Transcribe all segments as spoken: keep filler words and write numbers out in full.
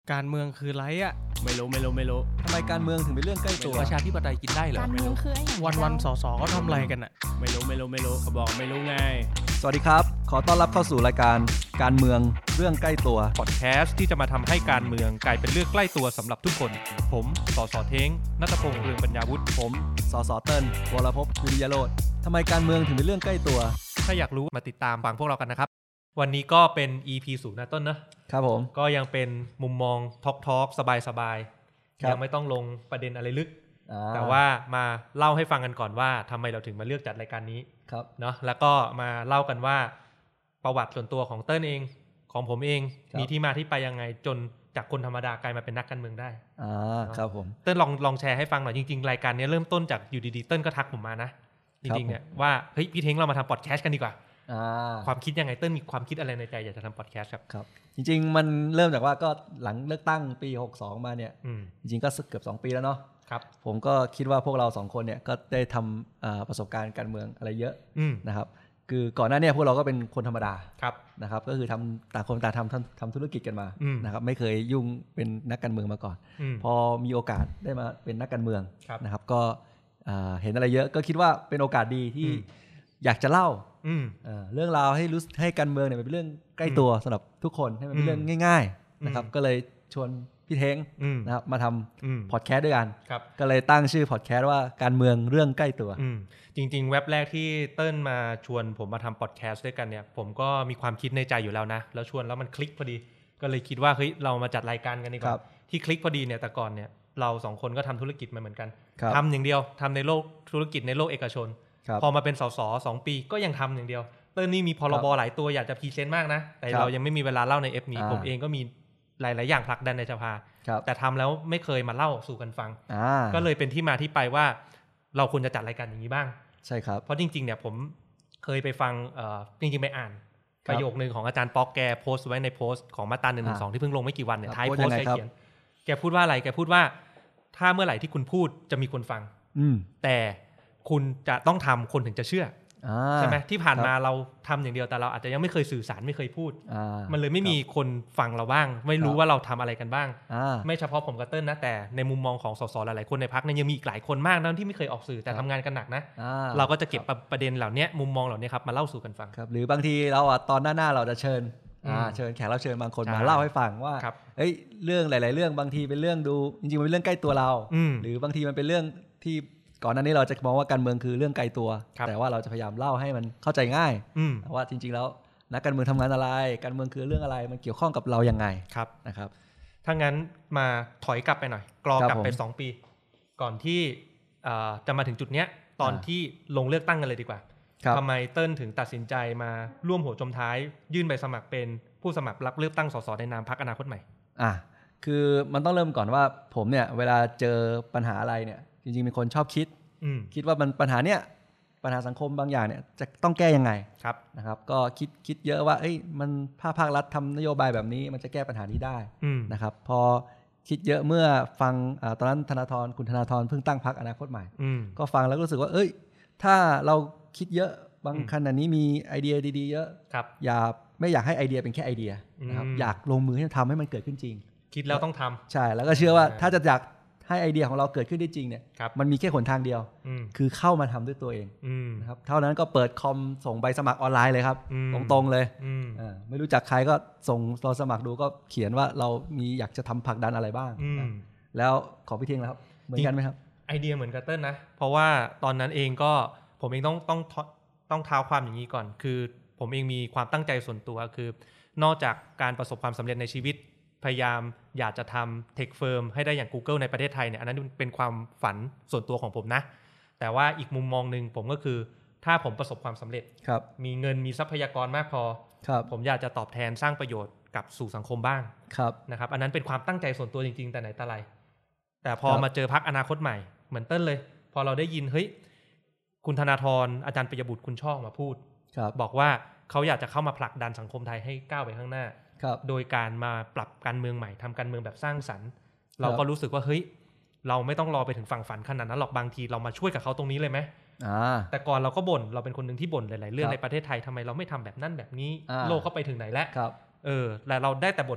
การเมืองคือไรอ่ะไม่รู้ไม่รู้ไม่รู้ทำไมการเมืองถึงเป็นเรื่องใกล้ตัวประชาธิปไตยกินได้เหรอการเมืองคือไอ้อย่างวันวันสสก็ทำอะไรกันอ่ะไม่รู้ไม่รู้ไม่รู้เขาบอกไม่รู้ไงสวัสดีครับขอต้อนรับเข้าสู่รายการการเมืองเรื่องใกล้ตัวพอดแคสต์ที่จะมาทำให้การเมืองกลายเป็นเรื่องใกล้ตัวสำหรับทุกคนผมสสเท้งณัฐพงษ์เรืองปัญญาวุฒิผมสสเติ้ลวรภพวิริยโรจน์ทำไมการเมืองถึงเป็นเรื่องใกล้ตัวถ้าอยากรู้มาติดตามฟังพวกเรากันนะครับวันนี้ก็เป็น อี พี ศูนย์นะต้นนะครับผมก็ยังเป็นมุมมองทอล์กทอล์กสบายๆยังไม่ต้องลงประเด็นอะไรลึกแต่ว่ามาเล่าให้ฟังกันก่อนว่าทำไมเราถึงมาเลือกจัดรายการนี้เนาะแล้วก็มาเล่ากันว่าประวัติส่วนตัวของเติ้ลเองของผมเองมีที่มาที่ไปยังไงจนจากคนธรรมดากลายมาเป็นนักการเมืองได้อ่าครับผมเติ้ลลองลองแชร์ให้ฟังหน่อยจริงๆรายการนี้เริ่มต้นจากอยู่ดีๆเติ้ลก็ทักผมมานะจริงๆเนี่ยว่าเฮ้ยพี่เท้งเรามาทำพอดแคสต์กันดีกว่าความคิดยังไงเติ้ลมีความคิดอะไรในใจอยากจะทำพอดแคสต์ครับครับจริงๆมันเริ่มจากว่าก็หลังเลือกตั้งปีหกสองมาเนี่ยจริงๆก็เกือบสองปีแล้วเนาะครับผมก็คิดว่าพวกเราสองคนเนี่ยก็ได้ทำประสบการณ์การเมืองอะไรเยอะนะครับคือก่อนหน้านี้พวกเราก็เป็นคนธรรมดานะครับก็คือทำต่างคนต่างทำทำธุรกิจกันมานะครับไม่เคยยุ่งเป็นนักการเมืองมาก่อนพอมีโอกาสได้มาเป็นนักการเมืองนะครับก็เห็นอะไรเยอะก็คิดว่าเป็นโอกาสดีที่อยากจะเล่าเรื่องราวให้รู้ให้การเมืองเนี่ยเป็นเรื่องใกล้ตัวสำหรับทุกคนให้มันเป็นเรื่องง่ายๆนะครับก็เลยชวนพี่เท้งนะครับมาทำพอดแคสต์ด้วยกันก็เลยตั้งชื่อพอดแคสต์ว่าการเมืองเรื่องใกล้ตัวจริงๆเว็บแรกที่เติ้ลมาชวนผมมาทำพอดแคสต์ด้วยกันเนี่ยผมก็มีความคิดในใจอยู่แล้วนะแล้วชวนแล้วมันคลิกพอดีก็เลยคิดว่าเฮ้ยเรามาจัดรายการกันดีกว่าที่คลิกพอดีเนี่ยแต่ก่อนเนี่ยเราสองคนก็ทำธุรกิจมาเหมือนกันทำอย่างเดียวทำในโลกธุรกิจในโลกเอกชนพอมาเป็นสสสองปีก็ยังทำอย่างเดียวเติ้ลนี่มีพรบหลายตัวอยากจะพรีเซนต์มากนะแต่เรายังไม่มีเวลาเล่าในเอฟนี้ผมเองก็มีหลายๆอย่างผลักดันในสภาแต่ทำแล้วไม่เคยมาเล่าสู่กันฟังก็เลยเป็นที่มาที่ไปว่าเราควรจะจัดรายการอย่างนี้บ้างใช่ครับเพราะจริงๆเนี่ยผมเคยไปฟังจริงๆไปอ่านประโยคนึงของอาจารย์ป๊อกแกโพสต์ไว้ในโพสต์ของมาตราหนึ่งหนึ่งสองที่เพิ่งลงไม่กี่วันเนี่ยท้ายโพสต์แกเขียนแกพูดว่าอะไรแกพูดว่าถ้าเมื่อไหร่ที่คุณพูดจะมีคนฟังแต่คุณจะต้องทำคนถึงจะเชื่อใช่ไหมที่ผ่านมาเราทำอย่างเดียวแต่เราอาจจะยังไม่เคยสื่อสารไม่เคยพูดมันเลยไม่มีคนฟังเราบ้างไม่รู้ว่าเราทำอะไรกันบ้างไม่เฉพาะผมกับเติ้ลนะแต่ในมุมมองของสสหลายๆคนในพรรคเนี่ยยังมีอีกหลายคนมากนะที่ไม่เคยออกสื่อแต่ทำงานกันหนักนะเราก็จะเก็บประเด็นเหล่านี้มุมมองเหล่านี้ครับมาเล่าสู่กันฟังครับหรือบางทีเราตอนหน้าๆเราจะเชิญเชิญแขกรับเชิญบางคนมาเล่าให้ฟังว่าเอ้ยเรื่องหลายๆเรื่องบางทีเป็นเรื่องดูจริงๆมันเป็นเรื่องใกล้ตัวเราหรือบางทีมันเป็นเรื่องที่ก่อนหน้านี้เราจะมองว่าการเมืองคือเรื่องไกลตัวแต่ว่าเราจะพยายามเล่าให้มันเข้าใจง่ายว่าจริงๆแล้วนักการเมืองทำงานอะไรการเมืองคือเรื่องอะไรมันเกี่ยวข้องกับเรายังไงนะครับถ้างั้นมาถอยกลับไปหน่อยกรอกลับไปสองปีก่อนที่จะมาถึงจุดเนี้ยตอนที่ลงเลือกตั้งกันเลยดีกว่าทำไมเติ้ลถึงตัดสินใจมาร่วมหัวจมท้ายยื่นใบสมัครเป็นผู้สมัครรับเลือกตั้งสสในนามพรรคอนาคตใหม่อ่ะคือมันต้องเริ่มก่อนว่าผมเนี่ยเวลาเจอปัญหาอะไรเนี่ยจริงๆเป็นคนชอบคิดคิดว่ามันปัญหาเนี้ยปัญหาสังคมบางอย่างเนี่ยจะต้องแก้ยังไงนะครับก็คิดคิดเยอะว่าเอ้ยมันภาคภาครัฐทำนโยบายแบบนี้มันจะแก้ปัญหานี้ได้นะครับพอคิดเยอะเมื่อฟังตอนนั้นธนาธรคุณธนาธรเพิ่งตั้งพรรคอนาคตใหม่ก็ฟังแล้วก็รู้สึกว่าเอ้ยถ้าเราคิดเยอะบางขณะนี้มีไอเดียดีๆเยอะอย่าไม่อยากให้ไอเดียเป็นแค่ไอเดียนะครับอยากลงมือให้ทำให้มันเกิดขึ้นจริงคิดแล้วต้องทำใช่แล้วก็เชื่อว่าถ้าจะอยากให้ไอเดียของเราเกิดขึ้นได้จริงเนี่ยมันมีแค่หนทางเดียวคือเข้ามาทำด้วยตัวเองนะครับเท่านั้นก็เปิดคอมส่งใบสมัครออนไลน์เลยครับตรงๆเลยไม่รู้จักใครก็ส่งเราสมัครดูก็เขียนว่าเรามีอยากจะทำผลักดันอะไรบ้างแล้วขอพี่เทียงแล้วครับเหมือนกันไหมครับไอเดียเหมือนกับเติ้ลนะเพราะว่าตอนนั้นเองก็ผมเองต้องต้องต้องเท้าความอย่างนี้ก่อนคือผมเองมีความตั้งใจส่วนตัวคือนอกจากการประสบความสำเร็จในชีวิตพยายามอยากจะทำ Tech Firm ให้ได้อย่าง Google ในประเทศไทยเนี่ยอันนั้นเป็นความฝันส่วนตัวของผมนะแต่ว่าอีกมุมมองนึงผมก็คือถ้าผมประสบความสำเร็จมีเงินมีทรัพยากรมากพอผมอยากจะตอบแทนสร้างประโยชน์กับสู่สังคมบ้างนะครับอันนั้นเป็นความตั้งใจส่วนตัวจริงๆแต่ไหนแต่ไรแต่พอมาเจอพรรคอนาคตใหม่เหมือนเติ้ลเลยพอเราได้ยินเฮ้ยคุณธนาธรอาจารย์ปิยบุตรคุณช่อมาพูดบอกว่าเขาอยากจะเข้ามาผลักดันสังคมไทยให้ก้าวไปข้างหน้าโดยการมาปรับการเมืองใหม่ทำการเมืองแบบสร้างสรรค์เราก็รู้สึกว่าเฮ้ยเราไม่ต้องรอไปถึงฝั่งฝันขนาดนั้นหรอกบางทีเรามาช่วยกับเขาตรงนี้เลยไหมแต่ก่อนเราก็บ่นเราเป็นคนหนึ่งที่บ่นหลายๆเรื่องในประเทศไทยทำไมเราไม่ทำแบบนั้นแบบนี้โลกเขาไปถึงไหนแล้วเออแต่เราได้แต่บ่นไง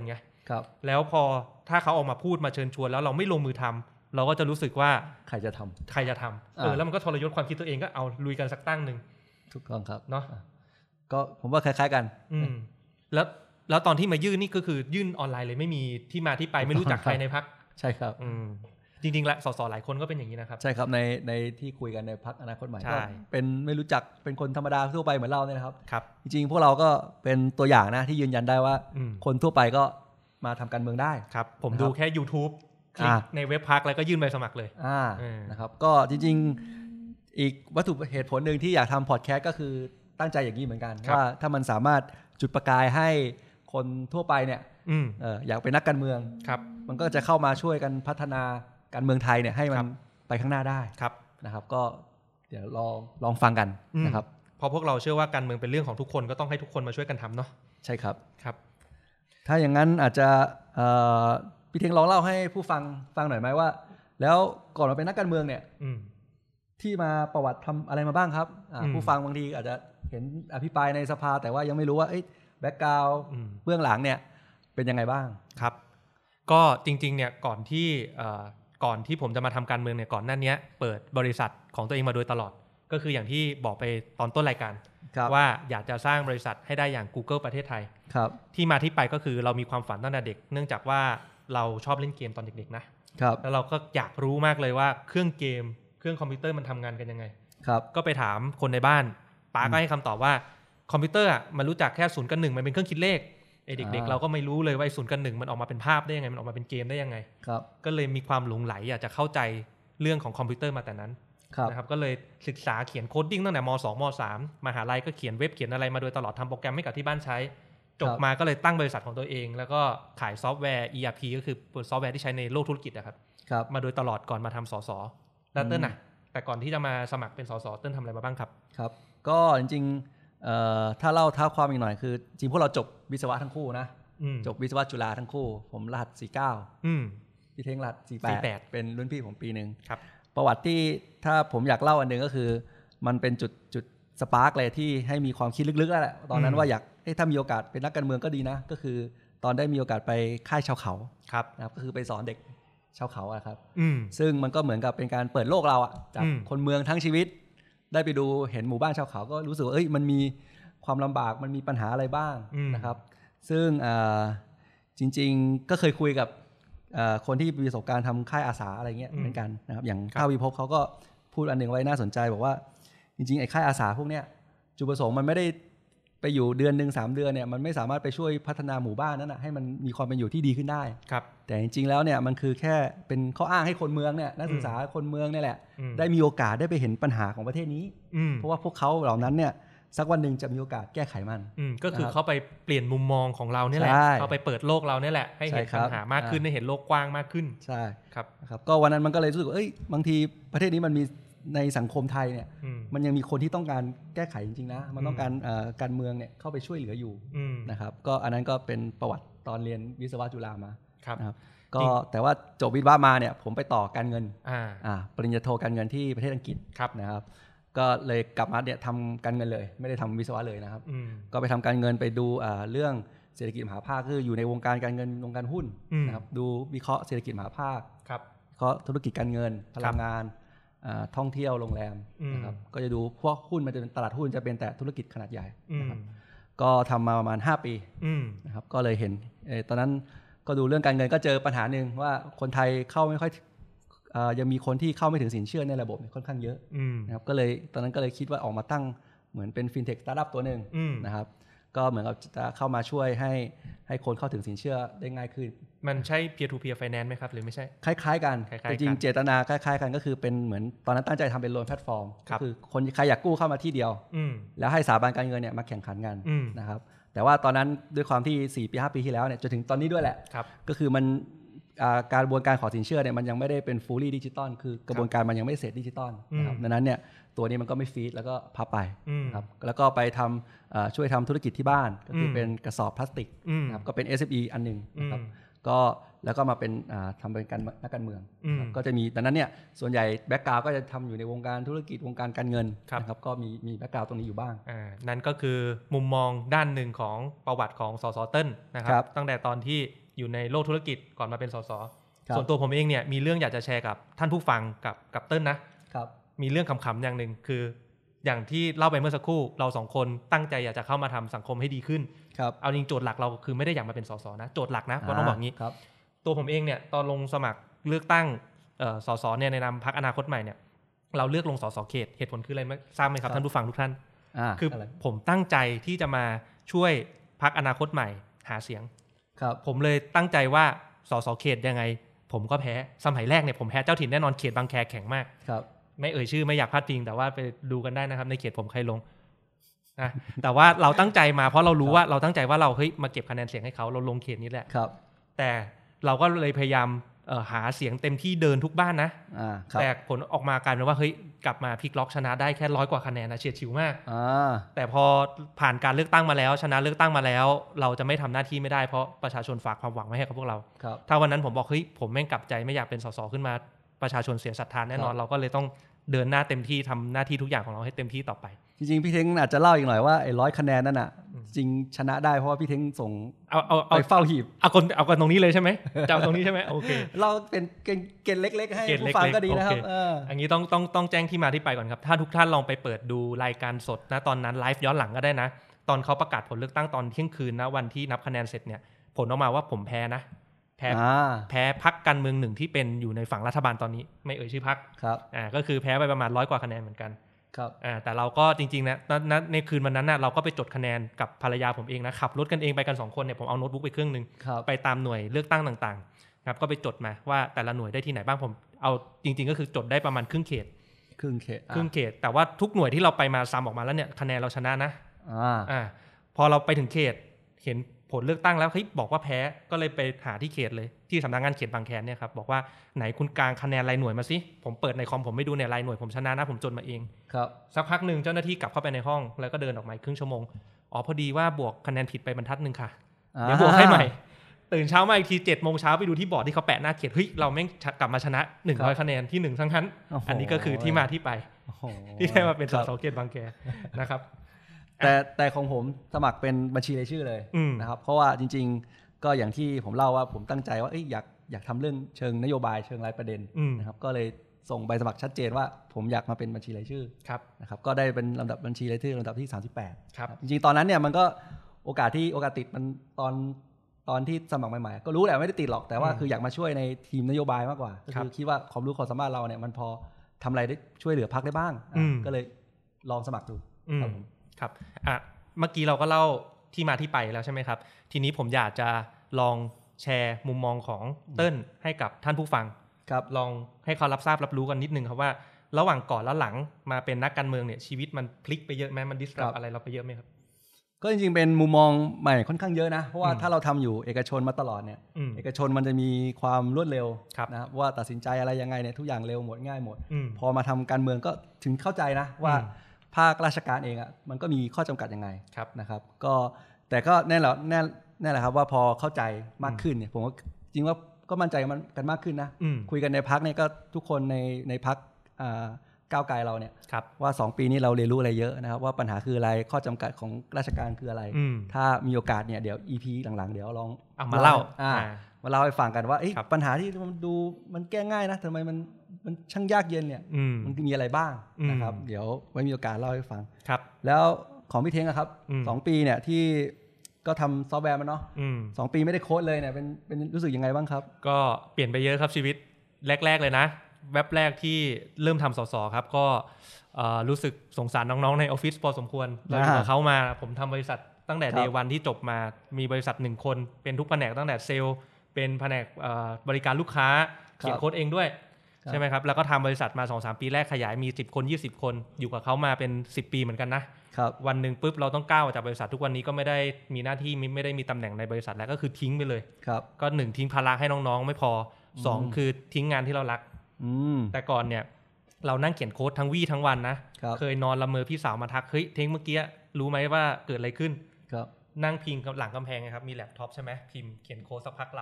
ครับแล้วพอถ้าเขาออกมาพูดมาเชิญชวนแล้วเราไม่ลงมือทำเราก็จะรู้สึกว่าใครจะทำใครจะทำเออแล้วมันก็ทรยศความคิดตัวเองก็เอาลุยกันสักตั้งหนึ่งถูกต้องครับเนาะก็ผมว่าคล้ายๆกันอืมแล้วแล้วตอนที่มายื่นนี่ก็คือยื่นออนไลน์เลยไม่มีที่มาที่ไปไม่รู้จักใครในพรรคใช่ครับอืมจริงๆแล้วสสหลายคนก็เป็นอย่างนี้นะครับใช่ครับในในที่คุยกันในพรรคอนาคตใหม่ก็เป็นไม่รู้จักเป็นคนธรรมดาทั่วไปเหมือนเราเนี่ยนะครับครับจริงๆพวกเราก็เป็นตัวอย่างนะที่ยืนยันได้ว่าคนทั่วไปก็มาทำการเมืองได้ครับผมดูแค่ YouTube คลิกในเว็บพรรคแล้วก็ยื่นใบสมัครเลยอ่านะครับก็จริงๆอีกวัตถุเหตุผลหนึ่งที่อยากทำพอดแคสต์ก็คือตั้งใจอย่างนี้เหมือนกันว่าถ้ามันสามารถจุดประกายให้คนทั่วไปเนี่ยเอออยากเป็นนักการเมืองมันก็จะเข้ามาช่วยกันพัฒนาการเมืองไทยเนี่ยให้มันไปข้างหน้าได้นะครับก็เดี๋ยวลองลองฟังกันนะครับเพราะพวกเราเชื่อว่าการเมืองเป็นเรื่องของทุกคนก็ต้องให้ทุกคนมาช่วยกันทำเนาะใช่ครับครับถ้าอย่างนั้นอาจจะพี่เทงลองเล่าให้ผู้ฟังฟังหน่อยไหมว่าแล้วก่อนมาเป็นนักการเมืองเนี่ยที่มาประวัติทำอะไรมาบ้างครับผู้ฟังบางทีอาจจะเห็นอภิปรายในสภาแต่ว่ายังไม่รู้ว่าแบ็คกราวด์เบื้องหลังเนี่ยเป็นยังไงบ้างครับก็จริงๆเนี่ยก่อนที่ก่อนที่ผมจะมาทำการเมืองเนี่ยก่อนหน้านี้เปิดบริษัทของตัวเองมาโดยตลอดก็คืออย่างที่บอกไปตอนต้นรายการว่าอยากจะสร้างบริษัทให้ได้อย่าง Google ประเทศไทยที่มาที่ไปก็คือเรามีความฝันตั้งแต่เด็กเนื่องจากว่าเราชอบเล่นเกมตอนเด็กๆนะแล้วเราก็อยากรู้มากเลยว่าเครื่องเกมเครื่องคอมพิวเตอร์มันทำงานกันยังไงก็ไปถามคนในบ้านป้าก็ให้คำตอบว่าคอมพิวเตอร์มันรู้จักแค่ศูนย์กับหนึ่งมันเป็นเครื่องคิดเลขไอ้เด็กๆเราก็ไม่รู้เลยว่าศูนย์กับหนึ่งมันออกมาเป็นภาพได้ยังไงมันออกมาเป็นเกมได้ยังไงก็เลยมีความหลงไหลอยากจะเข้าใจเรื่องของคอมพิวเตอร์มาแต่นั้นนะครับก็เลยศึกษาเขียนโคดดิ้งตั้งแต่ม.สอง ม.สาม มหาลัยก็เขียนเว็บเขียนอะไรมาโดยตลอดทำโปรแกรมให้กับที่บ้านใช้จบมาก็เลยตั้งบริษัทของตัวเองแล้วก็ขายซอฟต์แวร์ อี อาร์ พี ก็คือซอฟต์แวร์ที่ใช้ในโลกธุรกิจนะครับมาโดยตลอดก่อนมาทำสสแล้วเติ้ลนะแต่ก่อนที่จะมาสมัครเป็นสสเติ้ลทำอะไรมาบ้างครับครับก็จริงๆถ้าเล่าท้าความอีกหน่อยคือจริงพวกเราจบวิศวะทั้งคู่นะจบวิศวะจุฬาทั้งคู่ผมรหัสสี่สิบเก้าพี่เท้งรหัสสี่สิบแปดเป็นรุ่นพี่ผมปีนึงประวัติที่ถ้าผมอยากเล่าอันนึงก็คือมันเป็นจุดจุดสปาร์กเลยที่ให้มีความคิดลึกๆแล้วแหละตอนนั้นว่าอยากถ้ามีโอกาสเป็นนักการเมืองก็ดีนะก็คือตอนได้มีโอกาสไปค่ายชาวเขานะครับก็คือไปสอนเด็กชาวเขาอะครับซึ่งมันก็เหมือนกับเป็นการเปิดโลกเราอะจากคนเมืองทั้งชีวิตได้ไปดูเห็นหมู่บ้านชาวเขาก็รู้สึกว่าเอ้ยมันมีความลำบากมันมีปัญหาอะไรบ้างนะครับซึ่งจริงๆก็เคยคุยกับคนที่มีประสบการณ์ทำค่ายอาสาอะไรเงี้ยเหมือนกันนะครับอย่างข้าววิภพเขาก็พูดอันหนึ่งไว้น่าสนใจบอกว่าจริงๆไอ้ค่ายอาสาพวกเนี้ยจุดประสงค์มันไม่ได้ไปอยู่เดือนหนึ่งสามเดือนเนี่ยมันไม่สามารถไปช่วยพัฒนาหมู่บ้านนั้นนะให้มันมีความเป็นอยู่ที่ดีขึ้นได้แต่จริงๆแล้วเนี่ยมันคือแค่เป็นข้ออ้างให้คนเมืองเนี่ยนักศึกษาคนเมืองนี่แหละได้มีโอกาสได้ไปเห็นปัญหาของประเทศนี้เพราะว่าพวกเขาเหล่านั้นเนี่ยสักวันหนึ่งจะมีโอกาสแก้ไขมันก็คือเขาไปเปลี่ยนมุมมองของเราเนี่ยแหละเขาไปเปิดโลกเราเนี่ยแหละให้เห็นปัญหามากขึ้นให้เห็นโลกกว้างมากขึ้นใช่ครับครับก็วันนั้นมันก็เลยรู้สึกว่าเอ้ยบางทีประเทศนี้มันมีในสังคมไทยเนี่ยมันยังมีคนที่ต้องการแก้ไขจริงๆนะมันต้องการการเมืองเนี่ยเข้าไปช่วยเหลืออยู่นะครับก็อันนั้นก็เป็นประวัติตอนเรียนวิศวะจุฬามานะครับก็แต่ว่าจบวิศวะมาเนี่ยผมไปต่อการเงินปริญญาโทการเงินที่ประเทศอังกฤษนะครับก็เลยกลับมาเนี่ยทำการเงินเลยไม่ได้ทำวิศวะเลยนะครับก็ไปทำการเงินไปดูเรื่องเศรษฐกิจมหาภาคคืออยู่ในวงการการเงินวงการหุ้นนะครับดูวิเคราะห์เศรษฐกิจมหาภาควิเคราะห์ธุรกิจการเงินพลังงานท่องเที่ยวโรงแรมนะครับก็จะดูพวกหุ้นมันจะเป็นตลาดหุ้นจะเป็นแต่ธุรกิจขนาดใหญ่นะครับก็ทำมาประมาณห้าปีนะครับก็เลยเห็นตอนนั้นก็ดูเรื่องการเงินก็เจอปัญหาหนึ่งว่าคนไทยเข้าไม่ค่อยยังมีคนที่เข้าไม่ถึงสินเชื่อในระบบค่อนข้างเยอะนะครับก็เลยตอนนั้นก็เลยคิดว่าออกมาตั้งเหมือนเป็นฟินเทคสตาร์ทอัพตัวหนึ่งนะครับก็เหมือนกับจะเข้ามาช่วยให้ให้คนเข้าถึงสินเชื่อได้ง่ายขึ้นมันใช่ peer to peer finance ไหมครับหรือไม่ใช่คล้ายๆกันจริงๆเจตนาคล้ายๆกันก็คือเป็นเหมือนตอนนั้นตั้งใจทำเป็นโลนแพลตฟอร์มก็คือคนใครอยากกู้เข้ามาที่เดียวแล้วให้สถาบันการเงินเนี่ยมาแข่งขันกันนะครับแต่ว่าตอนนั้นด้วยความที่สี่ปีห้าปีที่แล้วเนี่ยจนถึงตอนนี้ด้วยแหละก็คือมันการกระบวนการขอสินเชื่อเนี่ยมันยังไม่ได้เป็น fully digital คือกระบวนการมันยังไม่เสร็จดิจิตอลนะครับดังนั้นเนี่ยตัวนี้มันก็ไม่ฟีดแล้วก็พับไปนะครับแล้วก็ไปทำช่วยทำธุรกิจที่บ้านก็คือเป็นกระสอบพลาสติกนะครับก็เป็น เอส เอ็ม อี อันหนึ่งนะครับก็แล้วก็มาเป็นทำเป็นการนักการเมืองก็จะมีดังนั้นเนี่ยส่วนใหญ่แบ็คกราวด์ก็จะทำอยู่ในวงการธุรกิจวงการการเงินนะครับก็มีมีแบ็คกราวด์ตรงนี้อยู่บ้างนั่นก็คือมุมมองด้านหนึ่งของประวัติของสสเติ้ลนะครับตั้งแต่ตอนที่อยู่ในโลกธุรกิจก่อนมาเป็นสสส่วนตัวผมเองเนี่ยมีเรื่องอยากจะแชร์กับท่านผู้ฟังกับกับเติ้ลนะครับมีเรื่องขำๆอย่างนึงคืออย่างที่เล่าไปเมื่อสักครู่เราสองคนตั้งใจอยากจะเข้ามาทำสังคมให้ดีขึ้นเอาจริงโจทย์หลักเราคือไม่ได้อยากมาเป็นสสนะโจทย์หลักนะก็ต้องบอกงี้ตัวผมเองเนี่ยตอนลงสมัครเลือกตั้งสสเนี่ยในนามพรรคอนาคตใหม่เนี่ยเราเลือกลงสสเขตเหตุผลคืออะไรทราบไหมครับท่านผู้ฟังทุกท่านคือผมตั้งใจที่จะมาช่วยพรรคอนาคตใหม่หาเสียงผมเลยตั้งใจว่าสสเขตยังไงผมก็แพ้สมัยแรกเนี่ยผมแพ้เจ้าถิ่นแน่นอนเขตบางแคแข็งมากไม่เอ่ยชื่อไม่อยากพลาดพิงแต่ว่าไปดูกันได้นะครับในเขตผมใครลงนะแต่ว่าเราตั้งใจมาเพราะเรารู้ว่าเราตั้งใจว่าเราเฮ้ยมาเก็บคะแนนเสียงให้เขาเราลงเขตนี้แหละแต่เราก็เลยพยายามหาเสียงเต็มที่เดินทุกบ้านนะแต่ผลออกมากลายเป็นว่าเฮ้ยกลับมาพลิกล็อกชนะได้แค่ร้อยกว่าคะแนนนะเฉียดฉิวมากแต่พอผ่านการเลือกตั้งมาแล้วชนะเลือกตั้งมาแล้วเราจะไม่ทำหน้าที่ไม่ได้เพราะประชาชนฝากความหวังไว้ให้กับพวกเราถ้าวันนั้นผมบอกเฮ้ยผมแม่งกลับใจไม่อยากเป็นสสขึ้นมาประชาชนเสียศรัทธาแน่นอนเราก็เลยต้องเดินหน้าเต็มที่ทำหน้าที่ทุกอย่างของเราให้เต็มที่ต่อไปจริงๆพี่เท้งอาจจะเล่าอีกหน่อยว่าไอ้ร้อยคะแนนนั่นน่ะจริงชนะได้เพราะว่าพี่เท้งส่งเอาเอาไปเฝ้าหีบเอาคนเอากันตรงนี้เลยใช่ไหมจำตรงนี้ใช่ไหมโอเคเราเป็นเกณฑ์เล็กๆให้ผู้ฟังก็ดีนะครับอันนี้ต้องต้องต้องแจ้งที่มาที่ไปก่อนครับถ้าทุกท่านลองไปเปิดดูรายการสดนะตอนนั้นไลฟ์ย้อนหลังก็ได้นะตอนเขาประกาศผลเลือกตั้งตอนเที่ยงคืนนะวันที่นับคะแนนเสร็จเนี่ยผลออกมาว่าผมแพ้นะแพ้แพ้พรรคการเมืองหนึ่งที่เป็นอยู่ในฝั่งรัฐบาลตอนนี้ไม่เอ่ยชื่อพรรคครับอ่าก็คือแพ้ไปประมาณร้อยกว่าคะแนนเหมือนกันครับอ่าแต่เราก็จริงๆนะณในคืนวันนั้นนะเราก็ไปจดคะแนนกับภรรยาผมเองนะขับรถกันเองไปกันสองคนเนี่ยผมเอาโน้ตบุ๊กไปเครื่องนึงไปตามหน่วยเลือกตั้งต่างๆครับก็ไปจดมาว่าแต่ละหน่วยได้ที่ไหนบ้างผมเอาจริงๆก็คือจดได้ประมาณครึ่งเขตครึ่งเขตครึ่งเขตแต่ว่าทุกหน่วยที่เราไปมาซ้ำออกมาแล้วเนี่ยคะแนนเราชนะนะอ่าอ่าพอเราไปถึงเขตเห็นผลเลือกตั้งแล้วเฮ้ยบอกว่าแพ้ก็เลยไปหาที่เขตเลยที่สำนักงานเขตบางแคเนี่ยครับบอกว่าไหนคุณกลางคะแนนรายหน่วยมาสิผมเปิดในคอมผมไม่ดูเนี่ยรายหน่วยผมชนะนะผมจดมาเองครับสักพักนึงเจ้าหน้าที่กลับเข้าไปในห้องแล้วก็เดินออกมาครึ่งชั่วโมงอ๋อพอดีว่าบวกคะแนนผิดไปบรรทัดนึงค่ะเดี๋ยวบวกให้ใหม่ตื่นเช้ามาอีกทีเจ็ดโมงเช้าไปดูที่บอร์ดที่เขาแปะหน้าเขตเฮ้ยเราแม่งกลับมาชนะหนึ่งร้อยคะแนนที่หนึ่งทั้งนั้นอันนี้ก็คือที่มาที่ไปที่ได้มาเป็นสสเขตบางแคนะครับแต่แต่ของผมสมัครเป็นบัญชีรายชื่อเลยนะครับเพราะว่าจริงๆก็อย่างที่ผมเล่าว่าผมตั้งใจว่าอยากอยากทำเรื่องเชิงนโยบายเชิงรายประเด็นนะครับก็เลยส่งใบสมัครชัดเจนว่าผมอยากมาเป็นบัญชีรายชื่อนะครับก็ได้เป็นลำดับบัญชีรายชื่อลำดับที่สามสิบแปดครับจริงๆตอนนั้นเนี่ยมันก็โอกาสที่โอกาสติดมันตอนตอนที่สมัครใหม่ๆก็รู้แหละไม่ได้ติดหรอกแต่ว่าคืออยากมาช่วยในทีมนโยบายมากกว่าก็คือคิดว่าความรู้ความสามารถเราเนี่ยมันพอทำอะไรได้ช่วยเหลือพรรคได้บ้างก็เลยลองสมัครดูครับผมครับอ่ะเมื่อกี้เราก็เล่าที่มาที่ไปแล้วใช่ไหมครับทีนี้ผมอยากจะลองแชร์มุมมองของเติ้ลให้กับท่านผู้ฟังครับลองให้เขารับทราบรับรู้กันนิดนึงครับว่าระหว่างก่อนและหลังมาเป็นนักการเมืองเนี่ยชีวิตมันพลิกไปเยอะไหมมันดิสรับอะไรเราไปเยอะไหมครับก็จริงๆเป็นมุมมองใหม่ค่อนข้างเยอะนะเพราะว่าถ้าเราทำอยู่เอกชนมาตลอดเนี่ยเอกชนมันจะมีความรวดเร็วนะว่าตัดสินใจอะไรยังไงเนี่ยทุกอย่างเร็วหมดง่ายหมดพอมาทำการเมืองก็ถึงเข้าใจนะว่าภาคราชการเองอ่ะมันก็มีข้อจำกัดยังไงนะครับก็แต่ก็แน่แหละแน่แน่แหละครับว่าพอเข้าใจมากขึ้นเนี่ยผมว่าจริงว่าก็มั่นใจมันกันมากขึ้นนะคุยกันในพรรคเนี่ยก็ทุกคนในในพรรคก้าวไกลเราเนี่ยว่าสองปีนี้เราเรียนรู้อะไรเยอะนะครับว่าปัญหาคืออะไรข้อจำกัดของราชการคืออะไรถ้ามีโอกาสเนี่ยเดี๋ยว อี พี หลังๆเดี๋ยวลองเอามาเล่ามาเล่าให้ฟังกันว่าปัญหาที่มันดูมันแก้ง่ายนะทำไมมันมันช่างยากเย็นเนี่ยมันมีอะไรบ้างนะครับเดี๋ยวไว้มีโอกาสเล่าให้ฟังครับแล้วของพี่เท้งครับสองปีเนี่ยที่ก็ทำซอฟต์แวร์มันเนาะสองปีไม่ได้โค้ดเลยเนี่ยเป็นเป็นรู้สึกยังไงบ้างครับก็เปลี่ยนไปเยอะครับชีวิตแรกๆเลยนะแว็บแรกที่เริ่มทำสสครับก็รู้สึกสงสารน้องๆในออฟฟิศพอสมควรเราอยู่กับเขามาผมทำบริษัทตั้งแต่เดย์วันที่จบมามีบริษัทหนึ่งคนเป็นทุกแผนกตั้งแต่เซลล์เป็นแผนกบริการลูกค้าเขียนโค้ดเองด้วยใช่ไหมครับแล้วก็ทำบริษัทมา สองถึงสาม ปีแรกขยายมีสิบคนยี่สิบคนอยู่กับเขามาเป็นสิบปีเหมือนกันนะวันนึงปุ๊บเราต้องก้าวจากบริษัททุกวันนี้ก็ไม่ได้มีหน้าที่ไม่ได้มีตำแหน่งในบริษัทแล้วก็คือทิ้งไปเลยก็หนึ่งทิ้งภาระให้น้องๆไม่พอสองคือทิ้งงานที่เรารักแต่ก่อนเนี่ยเรานั่งเขียนโค้ดทั้งวี่ทั้งวันนะเคยนอนละเมอพี่สาวมาทักเฮ้ยเท้งเมื่อกี้รู้ไหมว่าเกิดอะไรขึ้นนั่งพิงหลังกำแพงครับมีแล็ปท็อปใช่ไหมพิมพ์เขียนโค้ดสักพักหลับ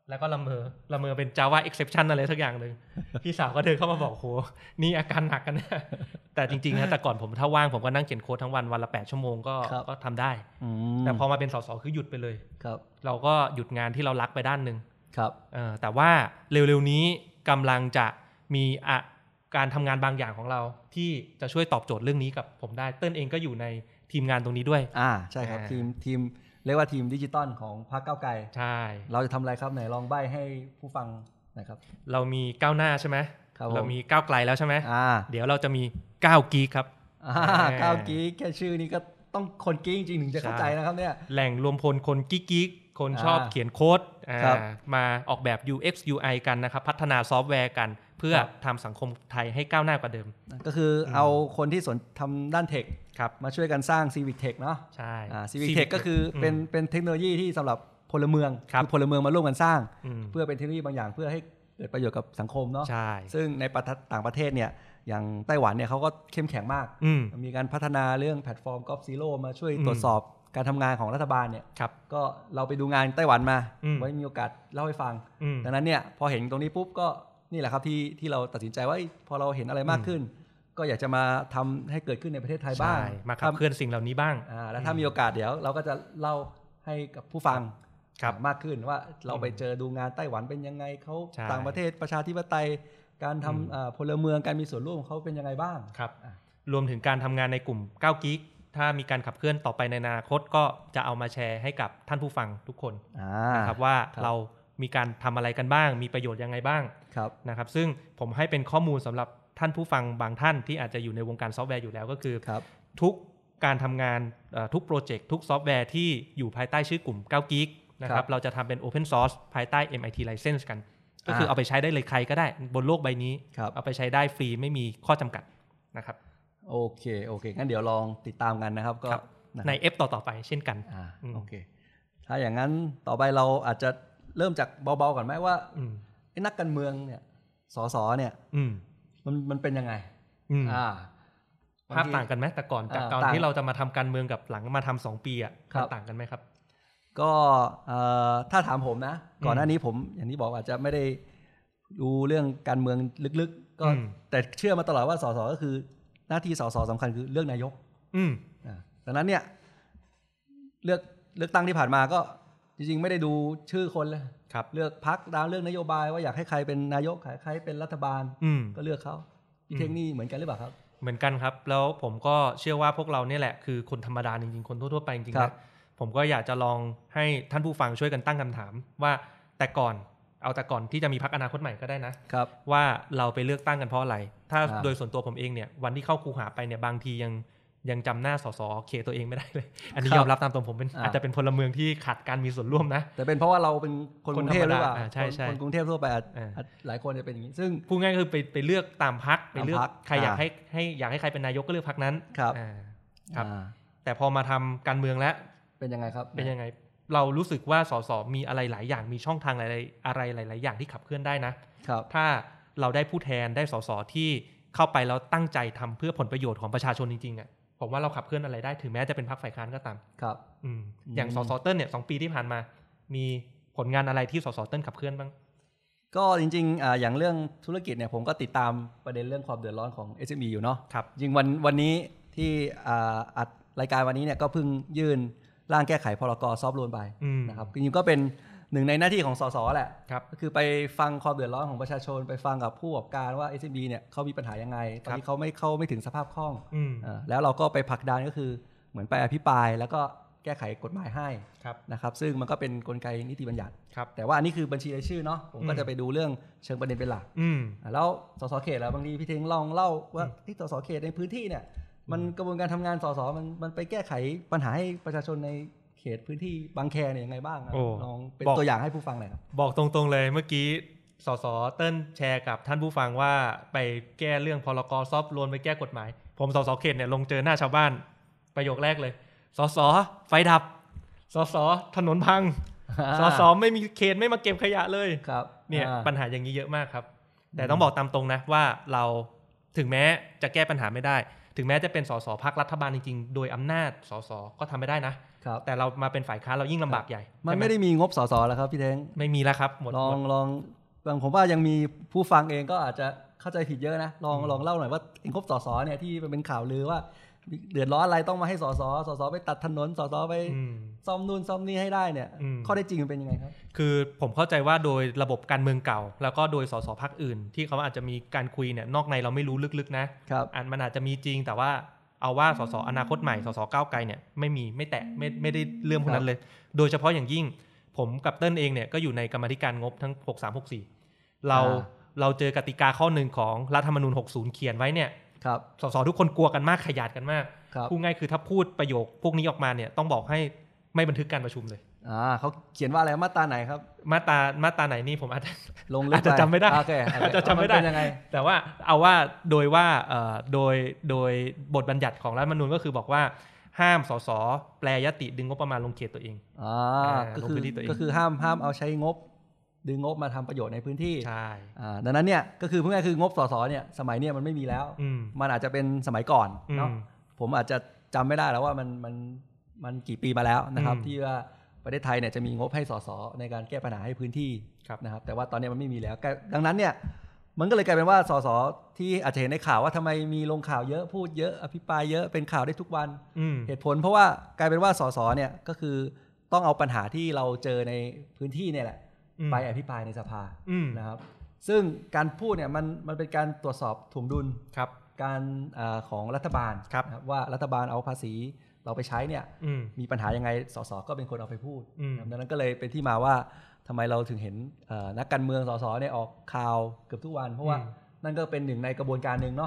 แล้วก็ละเมอละเมอเป็น Java exception อะไรสักอย่างนึง พี่สาวก็เดินเข้ามาบอกโหนี่อาการหนักกันนะแต่จริงๆนะแต่ก่อนผมถ้าว่างผมก็นั่งเขียนโค้ดทั้งวันวันละแปดชั่วโมงก็ก็ทำได้แต่พอมาเป็นสสคือหยุดไปเลยครับเราก็หยุดงานที่เรารักไปด้านนึงครับเออแต่ว่าเร็วๆนี้กำลังจะมีอะการทำงานบางอย่างของเราที่จะช่วยตอบโจทย์เรื่องนี้กับผมได้เติ้ลเองก็อยู่ในทีมงานตรงนี้ด้วยอ่าใช่ครับทีมทีมเรียกว่าทีมดิจิตอลของพรรคก้าวไกลใช่เราจะทำอะไรครับไหนลองใบ้ให้ผู้ฟังนะครับเรามีก้าวหน้าใช่ไหมเรามีก้าวไกลแล้วใช่ไหมเดี๋ยวเราจะมีก้าวกีครับก้าวกีแค่ชื่อนี้ก็ต้องคนกีจริงๆถึงจะเข้าใจนะครับเนี่ยแหล่งรวมพลคนกิ๊กๆคนชอบเขียนโค้ดมาออกแบบ ยู เอ็กซ์ ยู ไอ กันนะครับพัฒนาซอฟต์แวร์กันเพื่อทำสังคมไทยให้ก้าวหน้ากว่าเดิมก็คือเอาคนที่สนทำด้านเทคมาช่วยกันสร้าง Civic Tech เนาะใช่ Civic Tech ก็คือเป็นเป็นเทคโนโลยีที่สำหรับพลเมืองคือพลเมืองมาร่วมกันสร้างเพื่อเป็นเทคโนโลยีบางอย่างเพื่อให้เกิดประโยชน์กับสังคมเนาะซึ่งในต่างประเทศเนี่ยอย่างไต้หวันเนี่ยเขาก็เข้มแข็งมากมีการพัฒนาเรื่องแพลตฟอร์ม Golf Zero มาช่วยตรวจสอบการทำงานของรัฐบาลเนี่ยก็เราไปดูงานไต้หวันมาไว้มีโอกาสเล่าให้ฟังดังนั้นเนี่ยพอเห็นตรงนี้ปุ๊บก็นี่แหละครับที่ที่เราตัดสินใจว่าพอเราเห็นอะไรมากขึ้นก็อยากจะมาทำให้เกิดขึ้นในประเทศไทยบ้างมาขับเคลื่อนสิ่งเหล่านี้บ้างแล้วถ้ามีโอกาสเดี๋ยวเราก็จะเล่าให้กับผู้ฟังมากขึ้นว่าเราไปเจอดูงานไต้หวันเป็นยังไงเขาต่างประเทศประชาธิปไตยการทำพลเมืองการมีส่วนร่วมของเขาเป็นยังไงบ้างครับรวมถึงการทำงานในกลุ่มเก้ากิ๊กถ้ามีการขับเคลื่อนต่อไปในอนาคตก็จะเอามาแชร์ให้กับท่านผู้ฟังทุกคนนะครับว่าเรามีการทำอะไรกันบ้างมีประโยชน์ยังไงบ้างนะครับซึ่งผมให้เป็นข้อมูลสำหรับท่านผู้ฟังบางท่านที่อาจจะอยู่ในวงการซอฟต์แวร์อยู่แล้วก็คือทุกการทำงานทุกโปรเจกต์ทุกซอฟต์แวร์ที่อยู่ภายใต้ชื่อกลุ่มเก้ากิ๊กนะครับเราจะทำเป็น Open Source ภายใต้ เอ็ม ไอ ที License กันก็คือเอาไปใช้ได้เลยใครก็ได้บนโลกใบนี้เอาไปใช้ได้ฟรีไม่มีข้อจำกัดนะครับโอเคโอเคงั้นเดี๋ยวลองติดตามกันนะครับก็ใน F ต่อๆไปเช่นกันอ่าโอเคถ้าอย่างนั้นต่อไปเราอาจจะเริ่มจากเบาๆก่อนไหมว่าไอ้นักการเมืองเนี่ยสสเนี่ยมันมันเป็นยังไงอ่าภาพต่างกันไหมแต่ก่อนจากตอนที่เราจะมาทำการเมืองกับหลังมาทำสองปีอ่ะต่างกันไหมครับก็ถ้าถามผมนะก่อนหน้านี้ผมอย่างที่บอกอาจจะไม่ได้ดูเรื่องการเมืองลึกๆก็แต่เชื่อมาตลอดว่าสสก็คือหน้าที่สสสำคัญคือเลือกนายกดังนั้นเนี่ยเลือกเลือกตั้งที่ผ่านมาก็จริงๆไม่ได้ดูชื่อคนเลยเลือกพรรคดาวเลือกนโยบายว่าอยากให้ใครเป็นนายกใครเป็นรัฐบาลก็เลือกเขาพี่เทคนี่เหมือนกันหรือเปล่าครับเหมือนกันครับแล้วผมก็เชื่อว่าพวกเราเนี่ยแหละคือคนธรรมดาจริงๆคนทั่วๆไปจริงๆนะผมก็อยากจะลองให้ท่านผู้ฟังช่วยกันตั้งคำถามว่าแต่ก่อนเอาแต่ก่อนที่จะมีพรรคอนาคตใหม่ก็ได้นะว่าเราไปเลือกตั้งกันเพราะอะไรถ้าโดยส่วนตัวผมเองเนี่ยวันที่เข้าคูหาไปเนี่ยบางทียังยังจำหน้าสสเขตตัวเองไม่ได้เลยอันนี้ยอมรับตามตรงผมเป็นอาจจะเป็นพลเมืองที่ขาดการมีส่วนร่วมนะแต่เป็นเพราะว่าเราเป็นคนกรุงเทพหรือเปล่าใช่ใช่คนกรุงเทพทั่วไปหลายคนจะเป็นอย่างนี้ซึ่งพูดง่ายคือไปไปเลือกตามพรรคไปเลือกใครอยากให้ให้อยากให้ใครเป็นนายกก็เลือกพรรคนั้นครับครับแต่พอมาทำการเมืองแล้วเป็นยังไงครับเป็นยังไงเรารู้สึกว่าสสมีอะไรหลายอย่างมีช่องทางอะไรอะไรหลายๆอย่างที่ขับเคลื่อนได้นะครับถ้าเราได้ผู้แทนได้สสที่เข้าไปแล้วตั้งใจทำเพื่อผลประโยชน์ของประชาชนจริงๆอ่ะผมว่าเราขับเคลื่อนอะไรได้ถึงแม้จะเป็นพรรคฝ่ายค้านก็ตามครับอืมอย่างสสเติ้ลเนี่ยสองปีที่ผ่านมามีผลงานอะไรที่สสเติ้ลขับเคลื่อนบ้างก็จริงๆอ่าอย่างเรื่องธุรกิจเนี่ยผมก็ติดตามประเด็นเรื่องความเดือดร้อนของ เอส เอ็ม อี อยู่เนาะครับจริงวันวันนี้ที่อ่าอัดรายการวันนี้เนี่ยก็เพิ่งยื่นร่างแก้ไขพรก.ซอฟต์โลนไปนะครับจริงๆก็เป็นหนึ่งในหน้าที่ของสสแหละก็คือไปฟังความเดือดร้อนของประชาชนไปฟังกับผู้ประกอบการว่า เอส เอ็ม อี เนี่ยเขามีปัญหายังไงตอนนี้เขาไม่เข้าไม่ถึงสภาพคล่องแล้วเราก็ไปผลักดันก็คือเหมือนไปอภิปรายแล้วก็แก้ไขกฎหมายให้นะครับซึ่งมันก็เป็นกลไกนิติบัญญัติแต่ว่าอันนี้คือบัญชีรายชื่อเนาะผมก็จะไปดูเรื่องเชิงประเด็นเป็นหลักแล้วสสเขตแล้วบางทีพี่เทงลองเล่าว่าที่สสเขตในพื้นที่เนี่ยมันกระบวนการทำงานสสมันมันไปแก้ไขปัญหาให้ประชาชนในเขตพื้นที่บางแคเนี่ยยังไงบ้างลองเป็นตัวอย่างให้ผู้ฟังหน่อยครับบอกตรงๆเลยเมื่อกี้สสเติ้ลแชร์กับท่านผู้ฟังว่าไปแก้เรื่องพรก.ซอฟต์โลนไปแก้กฎหมายผมสสเขตเนี่ยลงเจอหน้าชาวบ้านประโยคแรกเลยสสไฟดับสสถนนพังสสไม่มีเขตไม่มาเก็บขยะเลยเนี่ยปัญหาอย่างนี้เยอะมากครับแต่ต้องบอกตามตรงนะว่าเราถึงแม้จะแก้ปัญหาไม่ได้ถึงแม้จะเป็นสสพรรครัฐบาลจริงๆโดยอำนาจสสก็ทำไม่ได้นะแต่เรามาเป็นฝ่ายค้านเรายิ่งลำบากใหญ่มันไม่ได้มีงบสสแล้วครับพี่เท้งไม่มีแล้วครับหมดลองลองบางผมว่ายังมีผู้ฟังเองก็อาจจะเข้าใจผิดเยอะนะลองลองเล่าหน่อยว่างบสสเนี่ยที่เป็นข่าวลือว่าเดือดร้อนอะไรต้องมาให้สสสสไปตัดถนนสสไปซ่อมนู่นซ่อมนี่ให้ได้เนี่ยข้อได้จริงมันเป็นยังไงครับคือผมเข้าใจว่าโดยระบบการเมืองเก่าแล้วก็โดยสสพรรคอื่นที่เขาอาจจะมีการคุยเนี่ยนอกในเราไม่รู้ลึกๆนะครับมันอาจจะมีจริงแต่ว่าเอาว่าสสอนาคตใหม่สสก้าวไกลเนี่ยไม่มีไม่แตะไม่ไม่ได้เรื่องพวกนั้นเลยโดยเฉพาะอย่างยิ่งผมกับเติ้ลเองเนี่ยก็อยู่ในกรรมาธิการงบทั้งหกสาม หกสี่เราเราเจอกติกาข้อหนึ่งของรัฐธรรมนูญหกสิบเขียนไว้เนี่ยสสทุกคนกลัวกันมากขยาดกันมากพูดง่ายคือถ้าพูดประโยคพวกนี้ออกมาเนี่ยต้องบอกให้ไม่บันทึกการประชุมเลยอ่าเขาเขียนว่าอะไรมาตราไหนครับมาตรามาตราไหนนี่ผมอาจจะลงอาจจะจำไม่ได้โอเคอาจจะจำไม่ได้ยังไงแต่ว่าเอาว่าโดยว่าเอ่อโดยโดยบทบัญญัติของรัฐธรรมนูญก็คือบอกว่าห้ามสสแปลยติดึงงบประมาณลงเขตตัวเองอ่าก็คือก็คือห้ามห้ามเอาใช้งบดึงงบมาทำประโยชน์ในพื้นที่ใช่อ่าดังนั้นเนี่ยก็คือพูดง่ายคืองบสสเนี่ยสมัยเนี่ยมันไม่มีแล้วมันอาจจะเป็นสมัยก่อนเนาะผมอาจจะจำไม่ได้แล้วว่ามันมันมันกี่ปีมาแล้วนะครับที่ว่าประเทศไทยเนี่ยจะมีงบให้สสในการแก้ปัญหาให้พื้นที่นะครับแต่ว่าตอนนี้มันไม่มีแล้วดังนั้นเนี่ยมันก็เลยกลายเป็นว่าสสที่อาจจะเห็นในข่าวว่าทำไมมีลงข่าวเยอะพูดเยอะอภิปรายเยอะเป็นข่าวได้ทุกวันเหตุผลเพราะว่ากลายเป็นว่าสสเนี่ยก็คือต้องเอาปัญหาที่เราเจอในพื้นที่เนี่ยแหละไปอภิปรายในสภานะครับซึ่งการพูดเนี่ยมันมันเป็นการตรวจสอบถ่วงดุลการของรัฐบาลว่ารัฐบาลเอาภาษีเราไปใช้เนี่ยมีปัญหายังไงสสก็เป็นคนเอาไปพูดดังนั้นก็เลยเป็นที่มาว่าทำไมเราถึงเห็นนักการเมืองสสเนี่ยออกข่าวเกือบทุกวันเพราะว่านั่นก็เป็นหนึ่งในกระบวนการหนึ่งเนาะ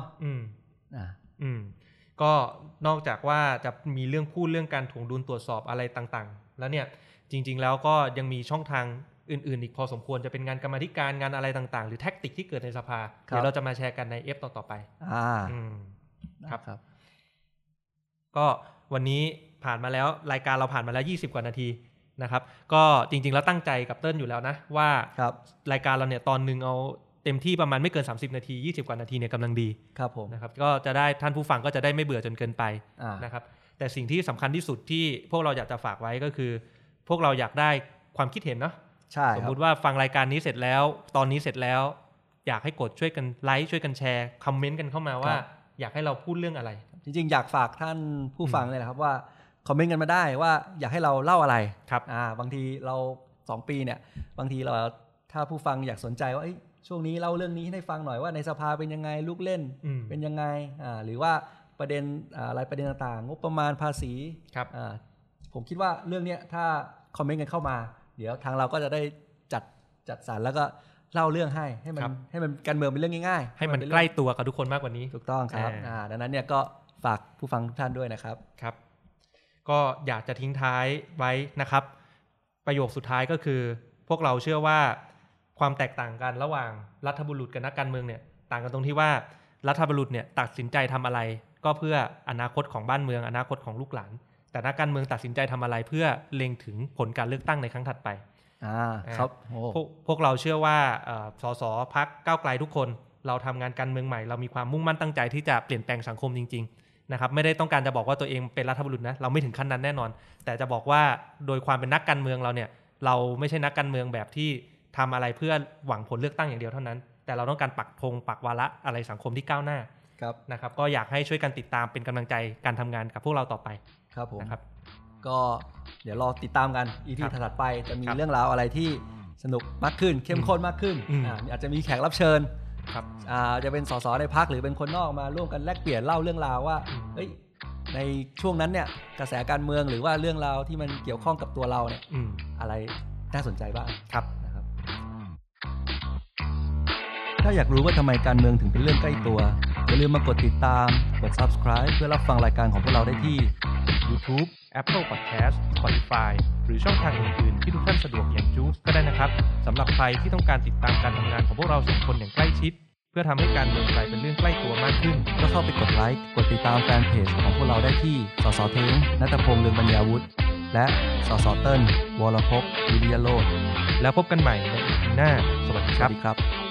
ก็นอกจากว่าจะมีเรื่องพูดเรื่องการถ่วงดุลตรวจสอบอะไรต่างๆแล้วเนี่ยจริงๆแล้วก็ยังมีช่องทางอื่นๆอีกพอสมควรจะเป็นงานกรรมาธิการงานอะไรต่างๆหรือแท็กติกที่เกิดในสภาเดี๋ยวเราจะมาแชร์กันใน F ต่อๆไปอ่าครับครับก็วันนี้ผ่านมาแล้วรายการเราผ่านมาแล้วยี่สิบกว่านาทีนะครับก็จริงๆแล้วตั้งใจกับเติ้ลอยู่แล้วนะว่ารายการเราเนี่ยตอนนึงเอาเต็มที่ประมาณไม่เกินสามสิบนาทียี่สิบกว่านาทีเนี่ยกำลังดีครับผมนะครับก็จะได้ท่านผู้ฟังก็จะได้ไม่เบื่อจนเกินไปนะครับแต่สิ่งที่สำคัญที่สุดที่พวกเราอยากจะฝากไว้ก็คือพวกเราอยากได้ความคิดเห็นเนาะใช่สมมุติว่าฟังรายการนี้เสร็จแล้วตอนนี้เสร็จแล้วอยากให้กดช่วยกันไลค์ช่วยกันแชร์คอมเมนต์กันเข้ามาว่าอยากให้เราพูดเรื่องอะไรจริงๆอยากฝากท่านผู้ฟังเลยนะครับว่าคอมเมนต์กันมาได้ว่าอยากให้เราเล่าอะไรครับอ่าบางทีเราสองปีเนี่ยบางทีเราถ้าผู้ฟังอยากสนใจว่าช่วงนี้เล่าเรื่องนี้ให้ฟังหน่อยว่าในสภาเป็นยังไงลูกเล่นเป็นยังไงอ่าหรือว่าประเด็นอะไรประเด็นต่างๆงบประมาณภาษีครับอ่าผมคิดว่าเรื่องนี้ถ้าคอมเมนต์กันเข้ามาเดี๋ยวทางเราก็จะได้จัดจัดสรรแล้วก็เล่าเรื่องให้ให้มันให้มันการเมืองเป็นเรื่องง่ายๆให้มันใกล้ตัวกับทุกคนมากกว่านี้ถูกต้องครับอ่าดังนั้นเนี่ยก็ฝากผู้ฟังทุกท่านด้วยนะครับครับก็อยากจะทิ้งท้ายไว้นะครับประโยคสุดท้ายก็คือพวกเราเชื่อว่าความแตกต่างกันระหว่างรัฐบุรุษกับนักการเมืองเนี่ยต่างกันตรงที่ว่ารัฐบุรุษเนี่ยตัดสินใจทำอะไรก็เพื่ออนาคตของบ้านเมืองอนาคตของลูกหลานแต่นักการเมืองตัดสินใจทำอะไรเพื่อเล็งถึงผลการเลือกตั้งในครั้งถัดไปอ่าครับพวกพวกเราเชื่อว่าสสพรรคก้าวไกลทุกคนเราทำงานการเมืองใหม่เรามีความมุ่งมั่นตั้งใจที่จะเปลี่ยนแปลงสังคมจริงๆนะครับไม่ได้ต้องการจะบอกว่าตัวเองเป็นรัฐบุรุษนะเราไม่ถึงขั้นนั้นแน่นอนแต่จะบอกว่าโดยความเป็นนักการเมืองเราเนี่ยเราไม่ใช่นักการเมืองแบบที่ทำอะไรเพื่อหวังผลเลือกตั้งอย่างเดียวเท่านั้นแต่เราต้องการปักธงปักวาระอะไรสังคมที่ก้าวหน้านะครับก็อยากให้ช่วยกันติดตามเป็นกำลังใจการทำงานกับพวกเราต่อไปครับผมนะครับก็เดี๋ยวรอติดตามกัน อี พี ถัดไปจะมีเรื่องราวอะไรที่สนุกมากขึ้นเข้มข้นมากขึ้นอ่าอาจจะมีแขกรับเชิญครับอ่าจะเป็นสสในพรรคหรือเป็นคนนอกมาร่วมกันแลกเปลี่ยนเล่าเรื่องราวว่าเฮ้ยในช่วงนั้นเนี่ยกระแสการเมืองหรือว่าเรื่องราวที่มันเกี่ยวข้องกับตัวเราเนี่ยอะไรน่าสนใจบ้างครับนะครับถ้าอยากรู้ว่าทำไมการเมืองถึงเป็นเรื่องใกล้ตัวอย่าลืมมากดติดตามกด Subscribe เพื่อรับฟังรายการของพวกเราได้ที่ YouTube Apple Podcast Spotify หรือช่องทางอื่นๆที่ทุกท่านสะดวกอย่างจู๊กก็ได้นะครับสำหรับใครที่ต้องการติดตามการทำงานของพวกเราสองคนอย่างใกล้ชิดเพื่อทำให้การเมืองกลายเป็นเรื่องใกล้ตัวมากขึ้นก็เข้าไปกดไลค์กดติดตามแฟนเพจของพวกเราได้ที่สสเท้งณัฐพงษ์ เรืองปัญญาวุฒิและสสเติ้ลวรภพ วิริยโรจน์แล้วพบกันใหม่ใน อี พี หน้าสวัสดีครับ